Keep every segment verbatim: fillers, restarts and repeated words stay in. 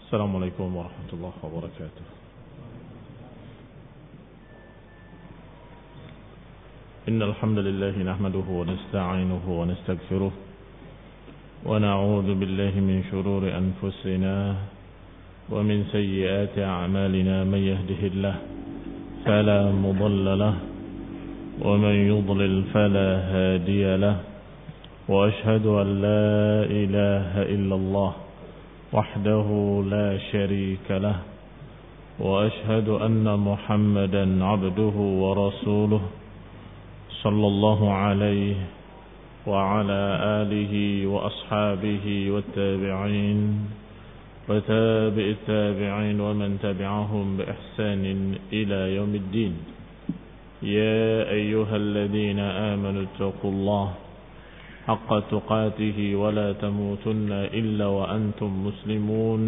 السلام عليكم ورحمة الله وبركاته. إن الحمد لله نحمده ونستعينه ونستغفره ونعوذ بالله من شرور أنفسنا ومن سيئات أعمالنا. من يهده الله فلا مضل له ومن يضلل فلا هادي له وأشهد أن لا إله إلا الله وحده لا شريك له وأشهد أن محمدا عبده ورسوله صلى الله عليه وعلى آله وأصحابه والتابعين وتابع التابعين ومن تبعهم بإحسان إلى يوم الدين. يا أيها الذين آمنوا اتقوا الله حق تقاته ولا تموتن إلا وأنتم مسلمون.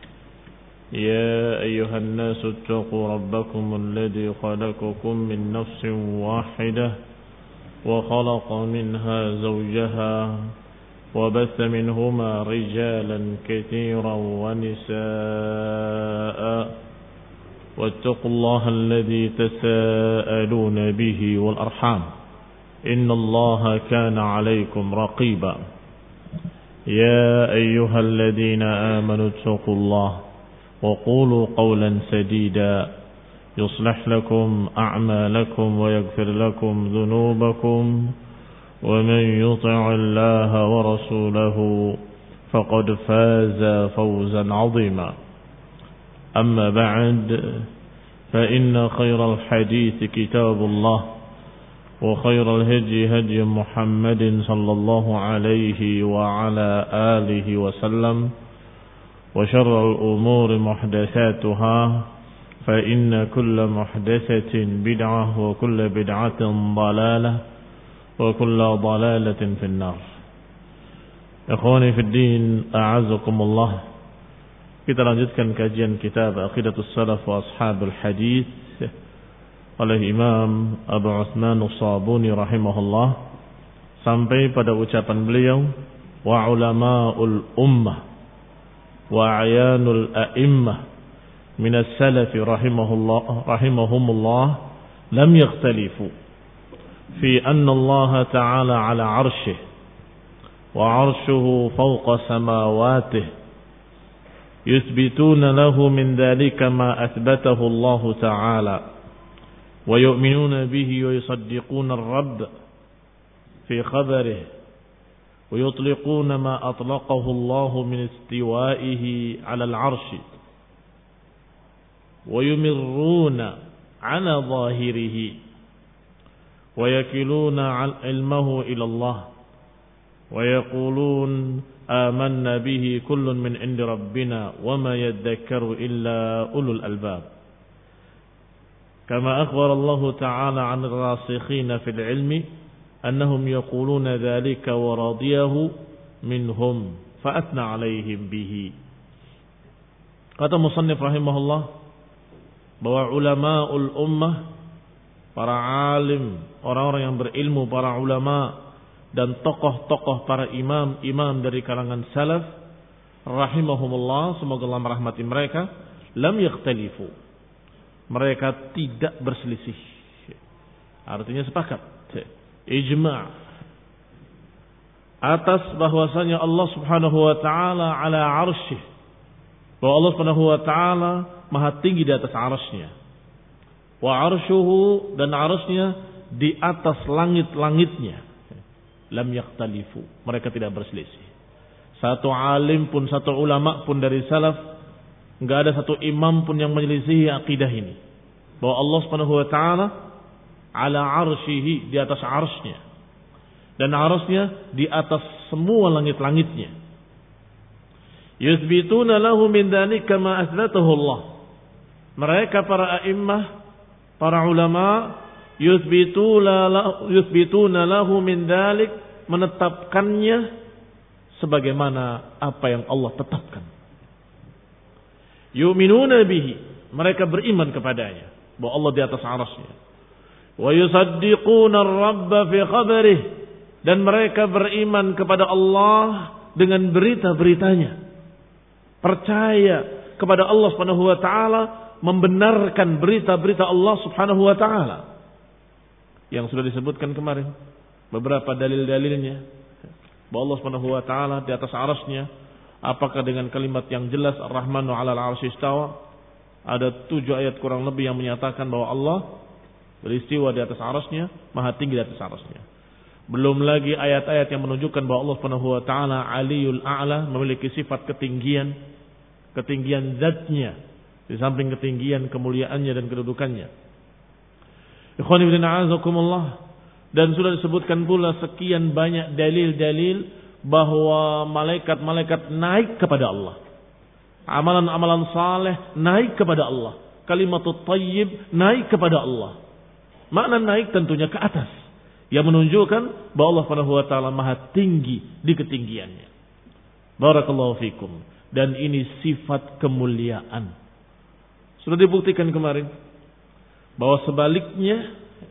يا أيها الناس اتقوا ربكم الذي خلقكم من نفس واحدة وخلق منها زوجها وبث منهما رجالا كثيرا ونساء واتقوا الله الذي تساءلون به والأرحام إن الله كان عليكم رقيبا. يا أيها الذين آمنوا اتقوا الله وقولوا قولا سديدا يصلح لكم أعمالكم ويغفر لكم ذنوبكم ومن يطع الله ورسوله فقد فاز فوزا عظيما. أما بعد فإن خير الحديث كتاب الله وخير الهدي هدي محمد صلى الله عليه وعلى آله وسلم وشر الأمور محدثاتها فإن كل محدثة بدعة وكل بدعة ضلالة وكل ضلالة في النار. Ikhwani fi din, a'azzakumullah. Kita lanjutkan kajian kitab Aqidatus Salaf wa Ashabul Hadis oleh Imam Abu Utsman As-Sabuni rahimahullah sampai pada ucapan beliau wa ulama'ul ummah wa ayanul a'immah min as-salaf rahimahullah rahimahumullah lam yakhtalifu fi anna Allah ta'ala 'ala 'arshihi wa 'arshuhu fawqa samawatihi yuthbituna lahu min dhalika ma athbatahu Allah ta'ala ويؤمنون به ويصدقون الرب في خبره ويطلقون ما أطلقه الله من استوائه على العرش ويمرون على ظاهره ويكلون علمه إلى الله ويقولون آمنا به كل من عند ربنا وما يذكر إلا أولو الألباب كما أخبر الله تعالى عن الراسخين في العلم أنهم يقولون ذلك ورضيه منهم فأثنى عليهم به. Kata musannif rahimahullah bahwa ulamaul ummah, para alim, orang-orang yang berilmu, para ulama dan tokoh-tokoh para imam-imam dari kalangan salaf rahimahumullah, semoga Allah merahmati mereka, lam yakhtalifu, mereka tidak berselisih, artinya sepakat, ijma' atas bahwasanya Allah Subhanahu wa taala 'ala 'arsyihi, bahwa Allah Subhanahu wa taala maha tinggi di atas 'arsy-Nya, wa 'arshuhu, dan 'arsy-Nya di atas langit-langitnya. Lam yakhtalifu, mereka tidak berselisih. Satu alim pun, satu ulama pun dari salaf, enggak ada satu imam pun yang menyelisihi akidah ini, bahwa Allah Subhanahu wa taala 'ala 'arsyihi, di atas 'arsy-Nya, dan 'arsy-Nya di atas semua langit-langitnya. Yuthbituna lahu min dzalika ma athbatahu Allah. Mereka para a'immah, para ulama, yuthbituna lahu min dzalik, menetapkannya sebagaimana apa yang Allah tetapkan. Yu'minuna bihi, mereka beriman kepadanya, bahwa Allah di atas 'arsy-Nya. Wa yusaddiquna ar-rabb fi khabarihi, dan mereka beriman kepada Allah dengan berita-beritanya. percaya kepada Allah Subhanahu wa taala, membenarkan berita-berita Allah Subhanahu wa taala yang sudah disebutkan kemarin, beberapa dalil-dalilnya bahwa Allah Subhanahu wa taala di atas arasy-Nya. Apakah dengan kalimat yang jelas Ar-Rahmanu 'alal 'arsy istawa? Ada tujuh ayat kurang lebih yang menyatakan bahwa Allah beristiwa di atas arasy-Nya, maha tinggi di atas arasy-Nya. Belum lagi ayat-ayat yang menunjukkan bahwa Allah Subhanahu wa taala Aliyul A'la, memiliki sifat ketinggian, ketinggian zatnya, di samping ketinggian kemuliaannya dan kedudukannya. Ikhwani fillah a'azakumullah. Dan sudah disebutkan pula sekian banyak dalil-dalil bahwa malaikat-malaikat naik kepada Allah. Amalan-amalan saleh naik kepada Allah. Kalimatut thayyib naik kepada Allah. Makna naik tentunya ke atas, yang menunjukkan bahwa Allah Subhanahu wa taala maha tinggi di ketinggiannya. Barakallahu fikum. Dan ini sifat kemuliaan. Sudah dibuktikan kemarin bahwa sebaliknya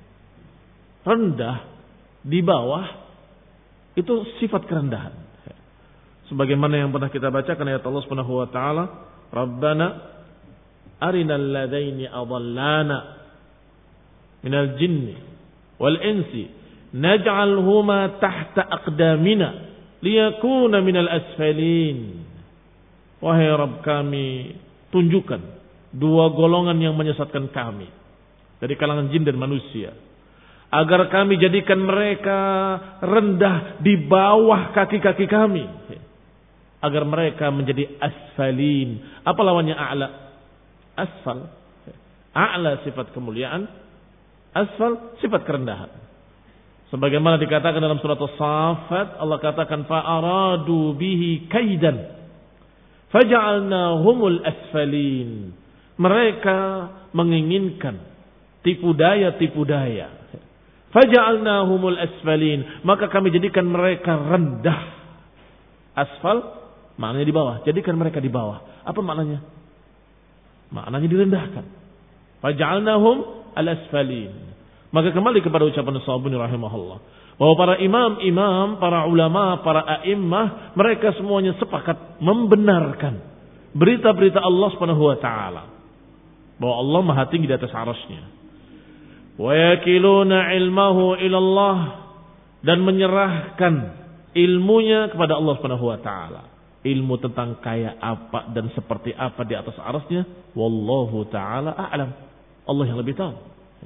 rendah di bawah itu sifat kerendahan. Sebagaimana yang pernah kita bacakan ayat Allah Subhanahu wa taala, Rabbana arinal ladaini adallana minal jinni wal insi naj'alhuma tahta aqdamina liyakuna minal asfalin. Wahai Rabb kami, tunjukkan dua golongan yang menyesatkan kami dari kalangan jin dan manusia, agar kami jadikan mereka rendah di bawah kaki-kaki kami, agar mereka menjadi asfalin. Apa lawannya a'la? Asfal. A'la sifat kemuliaan, asfal sifat kerendahan. Sebagaimana dikatakan dalam surat As-Saffat, Allah katakan fa'aradu bihi kaidan faja'alnahumul asfalin. Mereka menginginkan tipu daya tipu daya. Faja'alnahumul asfalin, maka kami jadikan mereka rendah. Asfal maknanya di bawah, jadikan mereka di bawah. Apa maknanya? Maknanya direndahkan. Faja'alnahum al-asfalin. Maka kembali kepada ucapan As-Sabuni rahimahullah, bahwa para imam-imam, para ulama, para a'immah, mereka semuanya sepakat membenarkan berita-berita Allah Subhanahu wa taala, bahwa Allah maha tinggi di atas arasy-Nya. Wa yakiluna ilmahu ilallah, dan menyerahkan ilmunya kepada Allah Subhanahu wa taala. Ilmu tentang kayak apa dan seperti apa di atas arasy-Nya, wallahu taala a'lam. Allah yang lebih tahu.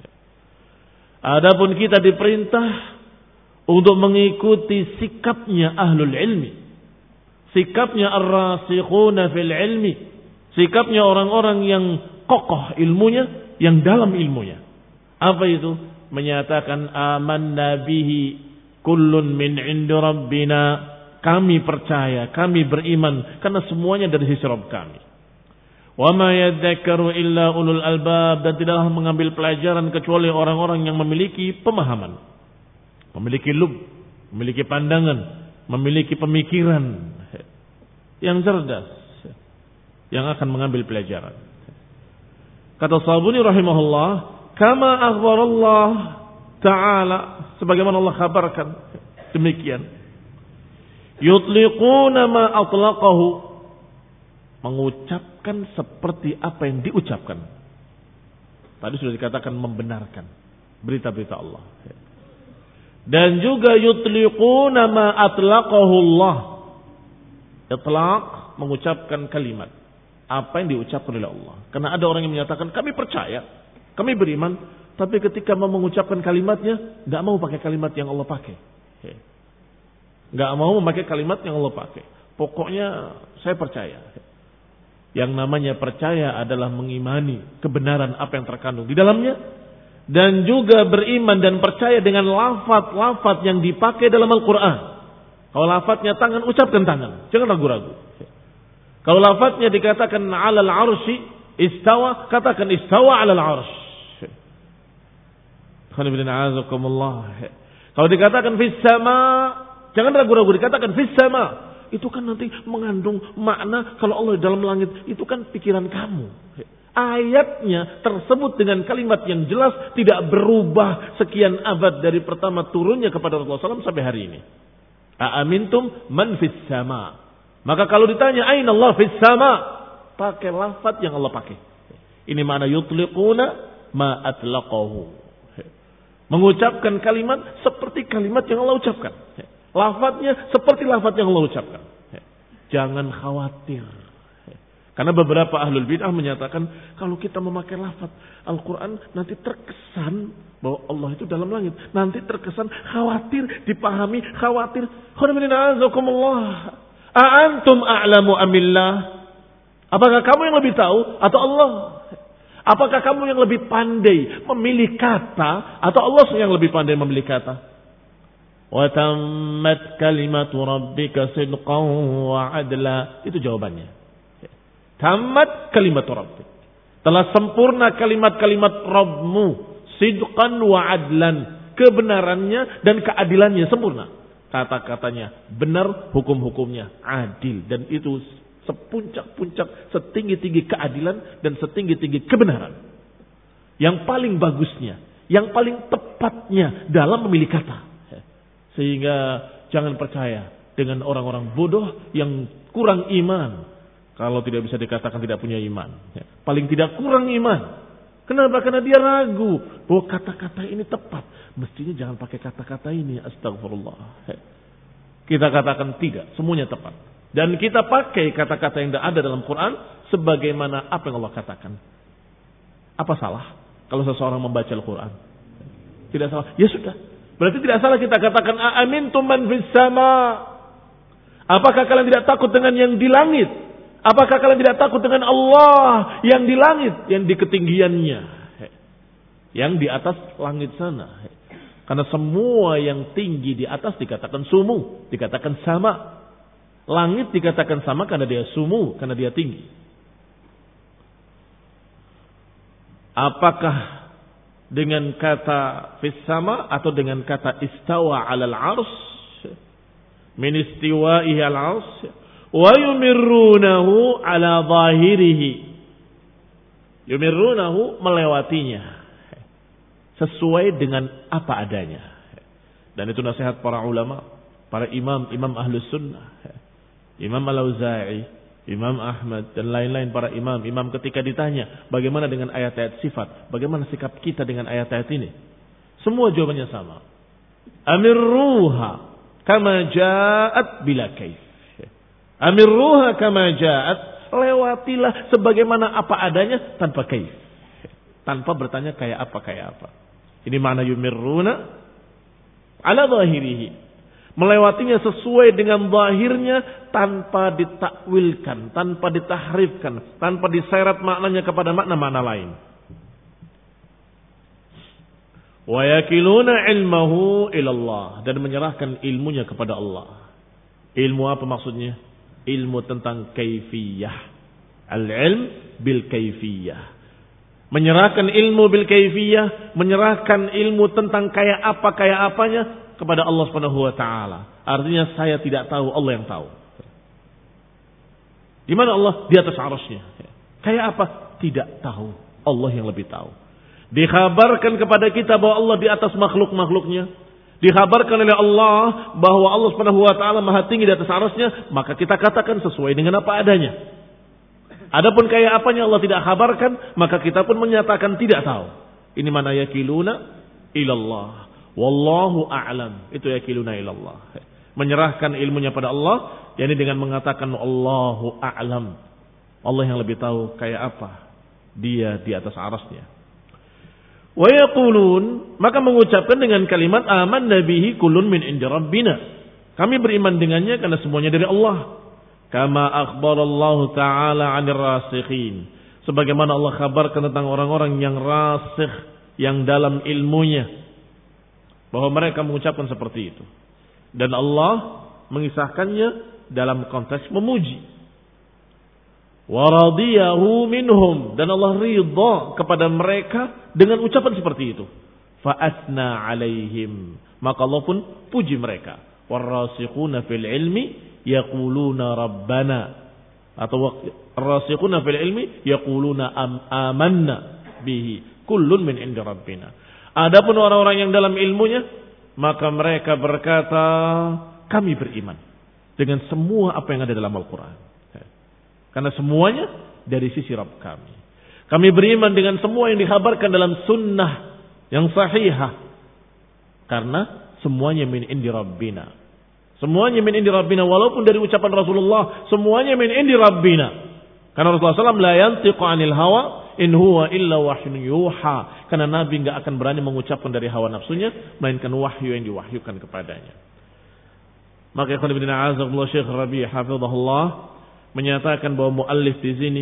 Adapun kita diperintah untuk mengikuti sikapnya ahlul ilmi, sikapnya ar-rasikhuna fil ilmi, sikapnya orang-orang yang kokoh ilmunya, yang dalam ilmunya. Apa itu? Menyatakan amanna bihi kullun min 'indi rabbina. Kami percaya, kami beriman karena semuanya dari sisi Rabb kami. Wa ma yadzakkaru illa ulul albab, dan tidaklah mengambil pelajaran kecuali orang-orang yang memiliki pemahaman, memiliki lub, memiliki pandangan, memiliki pemikiran yang cerdas, yang akan mengambil pelajaran. Kata Sabuni rahimahullah, kama akhbarallah ta'ala, sebagaimana Allah kabarkan demikian, yutliquna ma atlaqahu, mengucapkan seperti apa yang diucapkan. Tadi sudah dikatakan membenarkan berita-berita Allah. Dan juga yutliquna ma atlaqahu Allah. Itlaq, mengucapkan kalimat apa yang diucapkan oleh Allah. Karena ada orang yang menyatakan kami percaya, kami beriman, tapi ketika mau mengucapkan kalimatnya tidak mau pakai kalimat yang Allah pakai. Tidak mau memakai kalimat yang Allah pakai. Pokoknya saya percaya. Yang namanya percaya adalah mengimani kebenaran apa yang terkandung di dalamnya, dan juga beriman dan percaya dengan lafaz-lafaz yang dipakai dalam Al-Quran. Kalau lafaznya tangan, ucapkan tangan, jangan ragu-ragu. Kalau lafaznya dikatakan alal arsy istawa, katakan istawa alal arsy. Kalau dikatakan fis sama, jangan ragu-ragu, dikatakan fis sama. Itu kan nanti mengandung makna kalau Allah di dalam langit, itu kan pikiran kamu. Ayatnya tersebut dengan kalimat yang jelas, tidak berubah sekian abad dari pertama turunnya kepada Rasulullah shallallahu alaihi wasallam sampai hari ini. Aamintum man fis sama. Maka kalau ditanya aina Allah fis sama, pakai lafaz yang Allah pakai. Ini makna yutliquna ma atlaqahu. Mengucapkan kalimat seperti kalimat yang Allah ucapkan. Lafaznya seperti lafaz yang Allah ucapkan. Jangan khawatir. Karena beberapa ahlul bid'ah menyatakan kalau kita memakai lafaz Al-Quran nanti terkesan bahwa Allah itu dalam langit. Nanti terkesan khawatir dipahami, khawatir. A'antum a'lamu amillah. Apakah kamu yang lebih tahu atau Allah? Apakah kamu yang lebih pandai memilih kata atau Allah yang lebih pandai memilih kata? Wa tammat kalimatu rabbika sidqan wa adla. Itu jawabannya. Tamat kalimat Rabbik. Telah sempurna kalimat-kalimat Rabbmu. Sidqan wa adlan. Kebenarannya dan keadilannya sempurna. Kata-katanya benar, hukum-hukumnya adil. Dan itu sepuncak-puncak, setinggi-tinggi keadilan dan setinggi-tinggi kebenaran. Yang paling bagusnya, yang paling tepatnya dalam memilih kata. Sehingga jangan percaya dengan orang-orang bodoh yang kurang iman. Kalau tidak bisa dikatakan tidak punya iman. Paling tidak kurang iman. Kenapa? Karena dia ragu bahwa kata-kata ini tepat. Mestinya jangan pakai kata-kata ini. Astagfirullah. Kita katakan tidak. Semuanya tepat. Dan kita pakai kata-kata yang ada dalam Quran sebagaimana apa yang Allah katakan. Apa salah kalau seseorang membaca Al-Quran? Tidak salah. Ya sudah. Berarti tidak salah kita katakan aamintum man fis sama. Apakah kalian tidak takut dengan yang di langit? Apakah kalian tidak takut dengan Allah yang di langit, yang di ketinggiannya, yang di atas langit sana? Karena semua yang tinggi di atas dikatakan sumu, dikatakan sama. Langit dikatakan sama karena dia sumu, karena dia tinggi. Apakah dengan kata fis sama atau dengan kata istawa 'alal 'arsy? Min istiwa'ihi 'alal 'arsy wa yumirrunahu 'ala zahirihi. Yumirrunahu melewatinya sesuai dengan apa adanya. Dan itu nasihat para ulama, para imam, imam ahlus sunnah, Imam Al-Auza'i, Imam Ahmad dan lain-lain para imam, imam ketika ditanya bagaimana dengan ayat-ayat sifat, bagaimana sikap kita dengan ayat-ayat ini, semua jawabannya sama. Amirruha kama ja'at bila kaif. Amirruha kama ja'at, lewatilah sebagaimana apa adanya tanpa kaif, tanpa bertanya kayak apa kayak apa. Ini makna yumirruna ala zahirihi, melewatinya sesuai dengan zahirnya tanpa ditakwilkan, tanpa ditahrifkan, tanpa diseret maknanya kepada makna-makna lain. Wa yakiluna ilmahu ilallah, dan menyerahkan ilmunya kepada Allah. Ilmu apa maksudnya? Ilmu tentang kaifiyah. Al-ilm bil kaifiyah. Menyerahkan ilmu bil kaifiyah, menyerahkan ilmu tentang kayak apa kayak apanya kepada Allah Subhanahu wa taala. Artinya saya tidak tahu, Allah yang tahu. Di mana Allah? Di atas arasy-Nya. Kayak apa? Tidak tahu. Allah yang lebih tahu. Dikhabarkan kepada kita bahwa Allah di atas makhluk-makhluknya. Dikhabarkan oleh Allah bahwa Allah Subhanahu wa taala Maha tinggi di atas arasy-Nya, maka kita katakan sesuai dengan apa adanya. Adapun kayak apanya Allah tidak khabarkan, maka kita pun menyatakan tidak tahu. Ini mana yakiluna ilallah. Wallahu a'lam. Itu yakiluna ilallah. Menyerahkan ilmunya pada Allah, yakni dengan mengatakan Allahu a'lam. Allah yang lebih tahu kayak apa dia di atas arasy-Nya. Wa yaqulun, maka mengucapkan dengan kalimat amanna bihi kullun min indi rabbina. Kami beriman dengannya karena semuanya dari Allah. Kama akhbarallahu ta'ala 'anil rasikhin. Sebagaimana Allah kabarkan tentang orang-orang yang rasikh, yang dalam ilmunya, bahwa mereka mengucapkan seperti itu. Dan Allah mengisahkannya dalam konteks memuji. Wa radiyahu minhum, dan Allah ridha kepada mereka dengan ucapan seperti itu. Fa asna 'alaihim, maka Allah pun puji mereka. Warasikhuna fil ilmi yaquluna rabbana, atau rasikhuna fil ilmi yaquluna amanna bihi kullun min indi rabbina. Adapun orang-orang yang dalam ilmunya, maka mereka berkata kami beriman dengan semua apa yang ada dalam Al-Quran. Karena semuanya dari sisi Rabb kami. Kami beriman dengan semua yang dikhabarkan dalam sunnah yang sahihah. Karena semuanya min indi Rabbina. Semuanya min indi Rabbina. Walaupun dari ucapan Rasulullah, semuanya min indi Rabbina. Karena Rasulullah shallallahu alaihi wasallam la yantiqu anil hawa in huwa illa wahyun yuha. Karena Nabi enggak akan berani mengucapkan dari hawa nafsunya, melainkan wahyu yang diwahyukan kepadanya. Maka ikhwan fillah a'azakumullah Syekh Rabi' hafizahullah menyatakan bahwa muallif di sini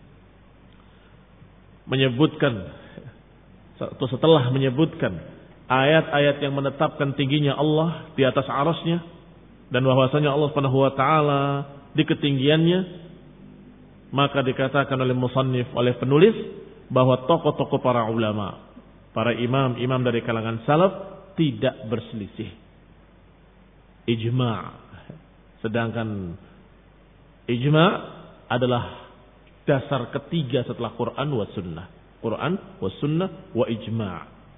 menyebutkan atau setelah menyebutkan ayat-ayat yang menetapkan tingginya Allah di atas arasnya dan bahwasanya Allah Subhanahu wa taala di ketinggiannya, maka dikatakan oleh musannif, oleh penulis, bahwa tokoh-tokoh para ulama, para imam-imam dari kalangan salaf tidak berselisih. Ijma'. Sedangkan ijma' adalah dasar ketiga setelah Quran wa sunnah. Quran wa sunnah wa ijma'.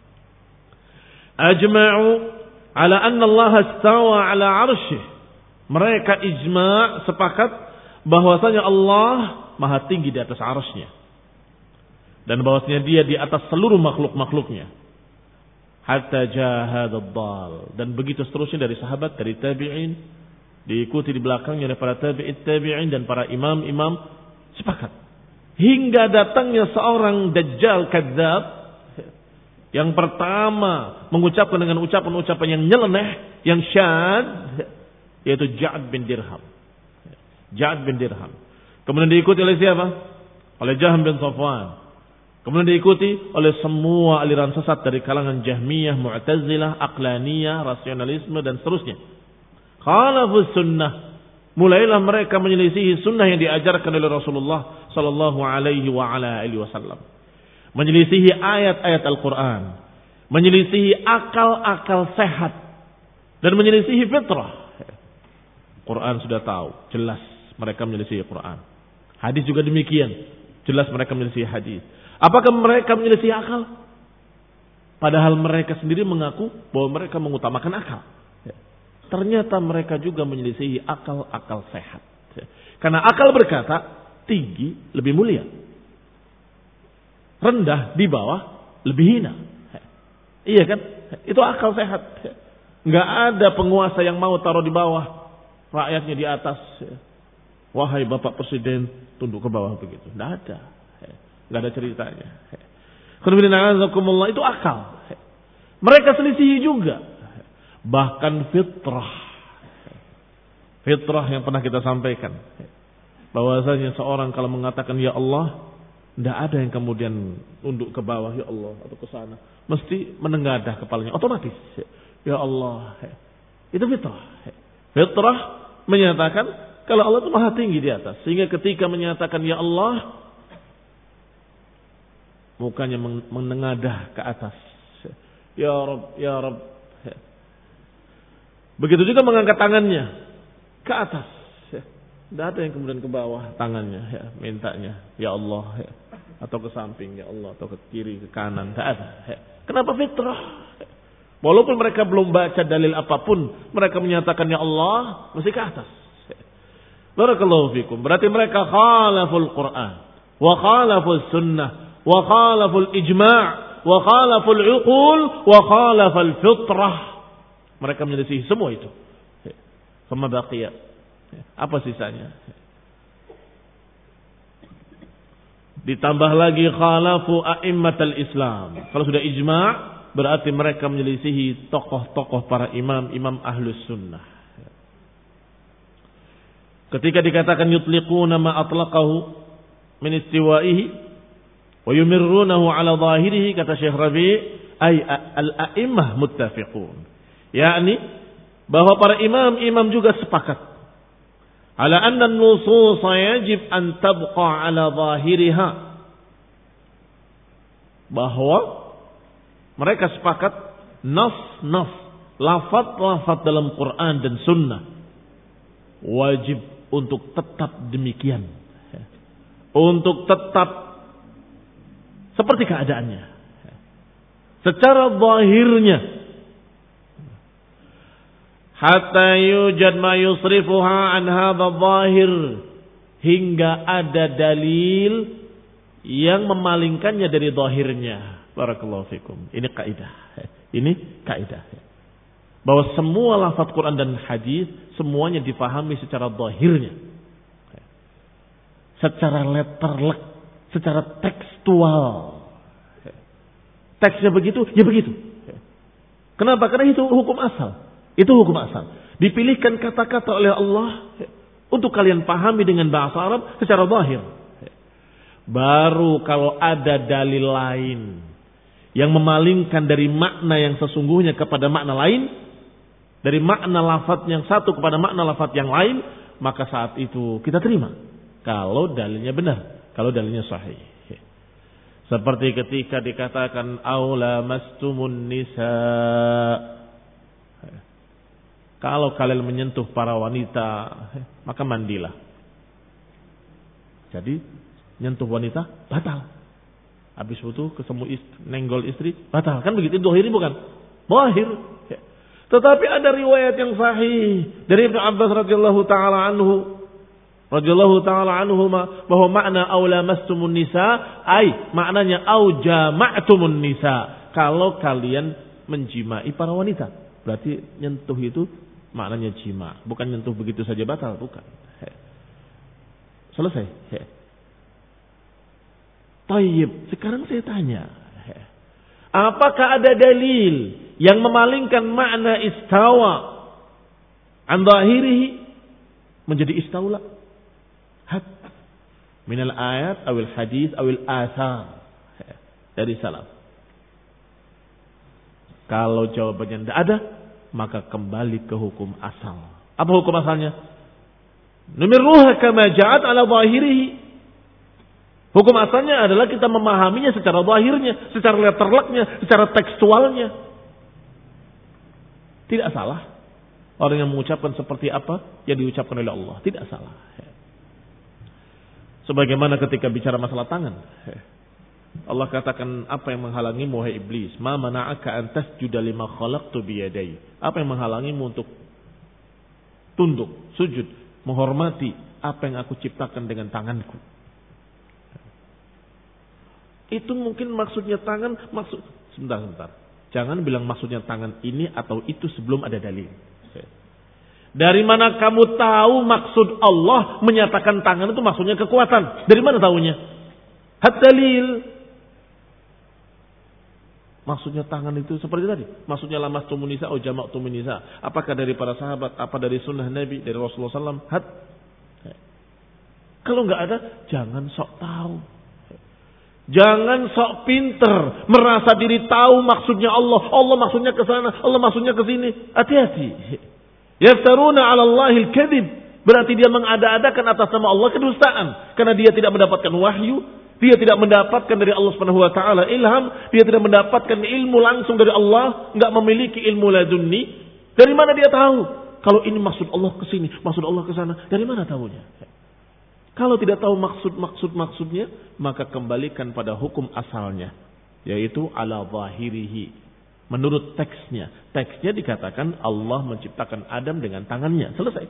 Ajma'u ala anna Allah istawa ala arsyih. Mereka ijma' sepakat bahwasanya Allah maha tinggi di atas arasnya. Dan bahwasanya dia di atas seluruh makhluk-makhluknya. Hatta jahadad dal. Dan begitu seterusnya dari sahabat, dari tabi'in. Diikuti di belakangnya oleh para tabi'it tabi'in dan para imam-imam sepakat. Hingga datangnya seorang dajjal kadzab yang pertama mengucapkan dengan ucapan-ucapan yang nyeleneh, yang syad, yaitu Ja'ad bin Dirham. Ja'ad bin Dirham. Kemudian diikuti oleh siapa? Oleh Jahm bin Safwan. Kemudian diikuti oleh semua aliran sesat dari kalangan Jahmiyah, Mu'tazilah, Aqlaniyah, rasionalisme dan seterusnya. Khalafus sunnah. Mulailah mereka menyelisihi sunnah yang diajarkan oleh Rasulullah sallallahu alaihi wa ala alihi wasallam. Menyelisihi ayat-ayat Al-Quran. Menyelisihi akal-akal sehat. Dan menyelisihi fitrah. Quran sudah tahu. Jelas mereka menyelisihi Quran. Hadis juga demikian. Jelas mereka menyelisihi hadis. Apakah mereka menyelisihi akal? Padahal mereka sendiri mengaku bahwa mereka mengutamakan akal. Ternyata mereka juga menyelisihi akal-akal sehat. Karena akal berkata, tinggi lebih mulia. Rendah di bawah lebih hina. Iya kan? Itu akal sehat. Enggak ada penguasa yang mau taruh di bawah, rakyatnya di atas. Wahai Bapak Presiden, tunduk ke bawah begitu. Enggak ada. Enggak ada ceritanya. Itu akal. Mereka selisihi juga. Bahkan fitrah. Fitrah yang pernah kita sampaikan. Bahwasanya seorang kalau mengatakan ya Allah, tidak ada yang kemudian tunduk ke bawah ya Allah atau ke sana. Mesti menengadah kepalanya otomatis. Ya Allah. Itu fitrah. Fitrah menyatakan kalau Allah itu maha tinggi di atas. Sehingga ketika menyatakan ya Allah, mukanya menengadah ke atas. Ya Rabb, ya Rabb. Begitu juga mengangkat tangannya ke atas. Tidak ada yang kemudian ke bawah tangannya. Ya, mintanya ya Allah. Ya. Atau ke samping ya Allah. Atau ke kiri, ke kanan. Tidak ada. Ya. Kenapa fitrah? Walaupun mereka belum baca dalil apapun, mereka menyatakan ya Allah, mesti ke atas. Ya. Barakallahu fikum. Berarti mereka khalaful Quran. Wa khalaful sunnah. Wa khalaful ijma' wa khalaful uqul wa khalaful fitrah. Mereka menyelisihi semua itu. Kama baqiya. Apa sisanya? Ditambah lagi khalafu a'immatal Islam. Kalau sudah ijma' berarti mereka menyelisihi tokoh-tokoh para imam-imam ahlus sunnah. Ketika dikatakan yutliquna ma atlaqahu min istiwa'ihi wa yumirrunahu ala zahirihi, kata Syekh Rabi', ay al-a'immah muttafiqun. Yakni bahwa para imam-imam juga sepakat ala anna an-nusus yajib an tabqa ala zahiriha, bahwa mereka sepakat nas-nas, lafaz-lafaz dalam Quran dan sunnah wajib untuk tetap demikian, untuk tetap seperti keadaannya secara zahirnya. hatta yujad ma yusrifuha an hadha dhahir, hingga ada dalil yang memalingkannya dari zahirnya. Barakallahu fikum. Ini kaidah. Ini kaidah. Bahwa semua lafaz Quran dan hadis semuanya difahami secara zahirnya. Secara letterlek, secara tekstual. Teksnya begitu, ya begitu. Kenapa? Karena itu hukum asal. Itu hukum asal. Dipilihkan kata-kata oleh Allah untuk kalian pahami dengan bahasa Arab secara zahir. Baru kalau ada dalil lain yang memalingkan dari makna yang sesungguhnya kepada makna lain, dari makna lafaz yang satu kepada makna lafaz yang lain, maka saat itu kita terima. Kalau dalilnya benar, kalau dalilnya sahih. Seperti ketika dikatakan aula mastumun nisa, kalau kalian menyentuh para wanita, maka mandilah. Jadi nyentuh wanita batal. Habis itu ketemu istri, nenggol istri batal. Kan begitu dohiri bukan? Zahir. Tetapi ada riwayat yang sahih dari Ibnu Abbas radhiyallahu taala anhu, radhiyallahu taala anhuma, bahwa makna aula mastumun nisa ai maknanya au jama'tumun nisa, kalau kalian menjimai para wanita. Berarti nyentuh itu maknanya jima, bukan nyentuh begitu saja batal, bukan. Selesai. Tayyib, sekarang saya tanya, apakah ada dalil yang memalingkan makna istawa an zahirihi menjadi istaula? Had minal ayat awil hadis awil asar dari salaf. Kalau jawabannya tidak ada, maka kembali ke hukum asal. Apa hukum asalnya? Numirruha kama ja'at ala zahirihi. Hukum asalnya adalah kita memahaminya secara zahirnya, secara letterleknya, secara tekstualnya. Tidak salah orang yang mengucapkan seperti apa yang diucapkan oleh Allah. Tidak salah. Sebagaimana ketika bicara masalah tangan, Allah katakan, apa yang menghalangimu wahai iblis? Ma mana'aka an tasjuda lima khalaqtu biyadai. Apa yang menghalangimu untuk tunduk, sujud, menghormati apa yang aku ciptakan dengan tanganku? Itu mungkin maksudnya tangan, maksud sebentar sebentar. Jangan bilang maksudnya tangan ini atau itu sebelum ada dalil. Dari mana kamu tahu maksud Allah menyatakan tangan itu maksudnya kekuatan? Dari mana tahunya? Hat dalil. Maksudnya tangan itu seperti tadi. Maksudnya lamastumun nisa atau jama'tumun nisa. Apakah dari para sahabat? Apa dari sunnah Nabi? Dari Rasulullah sallallahu alaihi wasallam? Hat. Kalau nggak ada, jangan sok tahu. Jangan sok pinter, merasa diri tahu maksudnya Allah. Allah maksudnya ke sana, Allah maksudnya ke sini. Hati-hati. Yaftaruna 'ala Allahil kadzib. Berarti dia mengada-adakan atas nama Allah kedustaan, karena dia tidak mendapatkan wahyu, dia tidak mendapatkan dari Allah Subhanahu wa taala ilham, dia tidak mendapatkan ilmu langsung dari Allah, enggak memiliki ilmu ladunni. Dari mana dia tahu kalau ini maksud Allah ke sini, maksud Allah ke sana? Dari mana tahunya? Kalau tidak tahu maksud-maksud-maksudnya, maka kembalikan pada hukum asalnya, yaitu ala zahirihi. Menurut teksnya. Teksnya dikatakan Allah menciptakan Adam dengan tangannya. Selesai.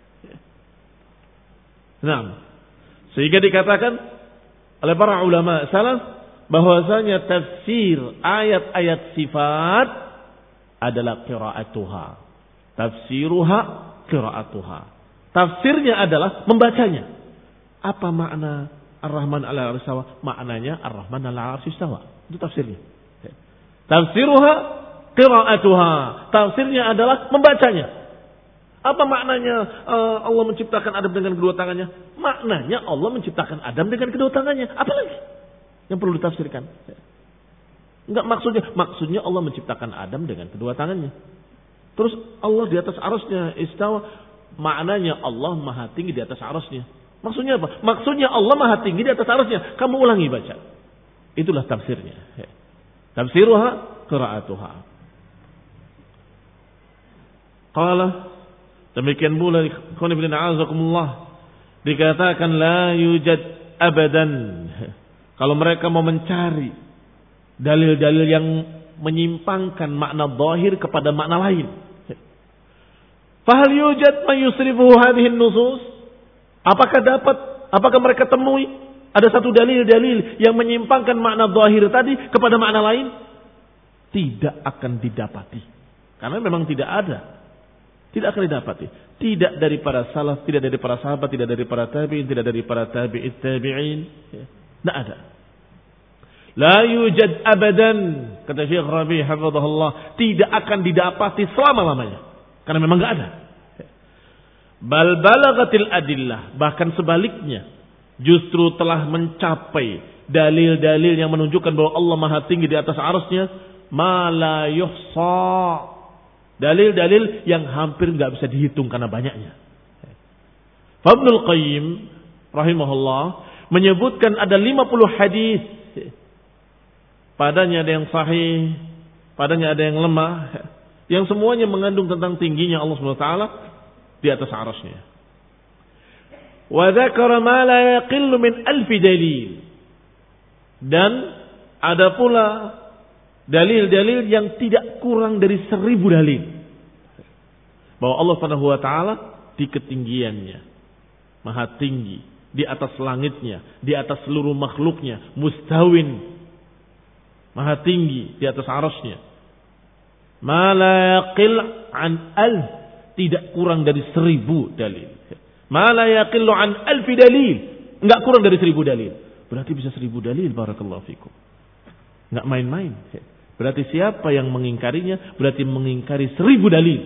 Nah, sehingga dikatakan oleh para ulama salaf bahwasanya tafsir ayat-ayat sifat adalah qiraatuha. Tafsiruha qiraatuha. Tafsirnya adalah membacanya. Apa makna Ar-Rahman ala al-arsi istawa? Maknanya Ar-Rahman ala al-arsi istawa. Itu tafsirnya. Tafsiruha qiraatuha. Tafsirnya adalah membacanya. Apa maknanya uh, Allah menciptakan Adam dengan kedua tangannya? Maknanya Allah menciptakan Adam dengan kedua tangannya. Apa lagi yang perlu ditafsirkan? Enggak maksudnya. Maksudnya Allah menciptakan Adam dengan kedua tangannya. Terus Allah di atas arasnya istawa. Maknanya Allah maha tinggi di atas arasnya. Maksudnya apa? Maksudnya Allah maha tinggi di atas arasnya. Kamu ulangi baca. Itulah tafsirnya. Tafsiruha qiraatuha. Qala, demikian pula ikhwan fillah a'azakumullah, dikatakan la yujad abadan. Kalau mereka mau mencari dalil-dalil yang menyimpangkan makna zahir kepada makna lain, Fahal yujad man yusrifu hadhihi nusus? Apakah dapat, apakah mereka temui ada satu dalil-dalil yang menyimpangkan makna zahir tadi kepada makna lain? Tidak akan didapati. Karena memang tidak ada. Tidak akan didapati. Tidak dari para salaf, tidak dari para sahabat, tidak dari para tabi'in, tidak dari para tabi'it tabi'in. Tidak ada. La yujad abadan, kata Syekh Rabi' hafizahullah, tidak akan didapati selama-lamanya. Karena memang enggak ada. Bal balagatil adillah, bahkan sebaliknya, justru telah mencapai dalil-dalil yang menunjukkan bahwa Allah Maha tinggi di atas arsy-Nya, ma la yuhsa. Dalil-dalil yang hampir enggak bisa dihitung karena banyaknya. Ibnul Qayyim rahimahullah menyebutkan ada lima puluh hadis. Padanya ada yang sahih, padanya ada yang lemah, yang semuanya mengandung tentang tingginya Allah Subhanahu wa taala di atas arasy-Nya. Wa dzakara ma la yaqillu min alf dalil. Dan ada pula dalil-dalil yang tidak kurang dari seribu dalil bahwa Allah Subhanahu wa taala di ketinggiannya, maha tinggi, di atas langitnya, di atas seluruh makhluknya, mustawin, maha tinggi di atas arasy-Nya. Ma la yaqil an alf, tidak kurang dari seribu dalil. Ma la yaqillu an alfi dalil, enggak kurang dari seribu dalil. Berarti bisa seribu dalil, barakallahu fikum. Enggak main-main. Berarti siapa yang mengingkarinya berarti mengingkari seribu dalil.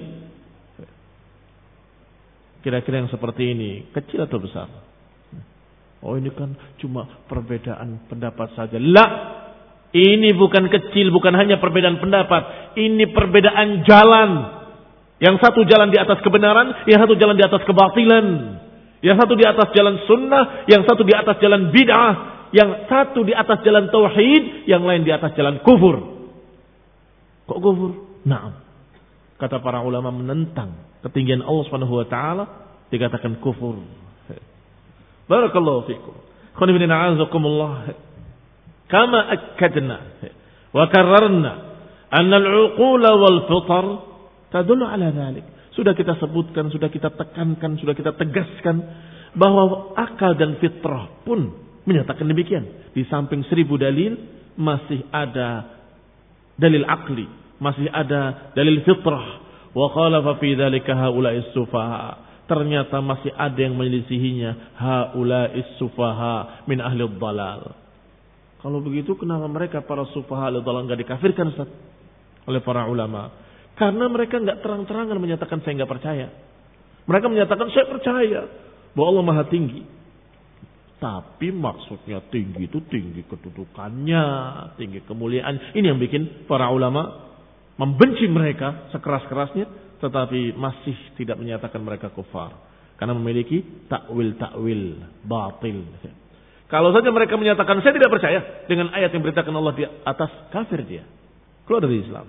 Kira-kira yang seperti ini kecil atau besar? Oh, ini kan cuma perbedaan pendapat saja. La, ini bukan kecil, bukan hanya perbedaan pendapat. Ini perbedaan jalan. Yang satu jalan di atas kebenaran, yang satu jalan di atas kebatilan. Yang satu di atas jalan sunnah, yang satu di atas jalan bid'ah. Yang satu di atas jalan tauhid, yang lain di atas jalan kufur. Kok kufur? Naam. Kata para ulama menentang ketinggian Allah Subhanahu wa taala dikatakan kufur. Barakallahu fikum. Khonibina a'azakumullah. Kama akkadna wa kararna anna al-uqula wal fitar tadullu ala dhalik. Sudah kita sebutkan, sudah kita tekankan, sudah kita tegaskan bahwa akal dan fitrah pun menyatakan demikian. Di samping seribu dalil masih ada dalil akli, masih ada dalil fitrah. Wa khalafa fi dzalika haula'is sufaha. Ternyata masih ada yang menyelisihinya, haula'is sufaha min ahli dhalal. Kalau begitu kenapa mereka para sufaha ahli dhalal enggak dikafirkan Ustaz oleh para ulama? Karena mereka enggak terang-terangan menyatakan saya enggak percaya. Mereka menyatakan saya percaya bahwa Allah Maha tinggi. Tapi maksudnya tinggi itu tinggi kedudukannya, tinggi kemuliaan. Ini yang bikin para ulama membenci mereka sekeras-kerasnya, tetapi masih tidak menyatakan mereka kufar. Karena memiliki takwil-takwil batil. Kalau saja mereka menyatakan saya tidak percaya dengan ayat yang beritakan Allah di atas, kafir dia. Keluar dari Islam.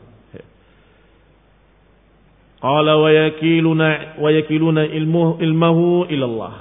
Qala wa yakiluna wa yakiluna ilmuhu ilmahu ila Allah.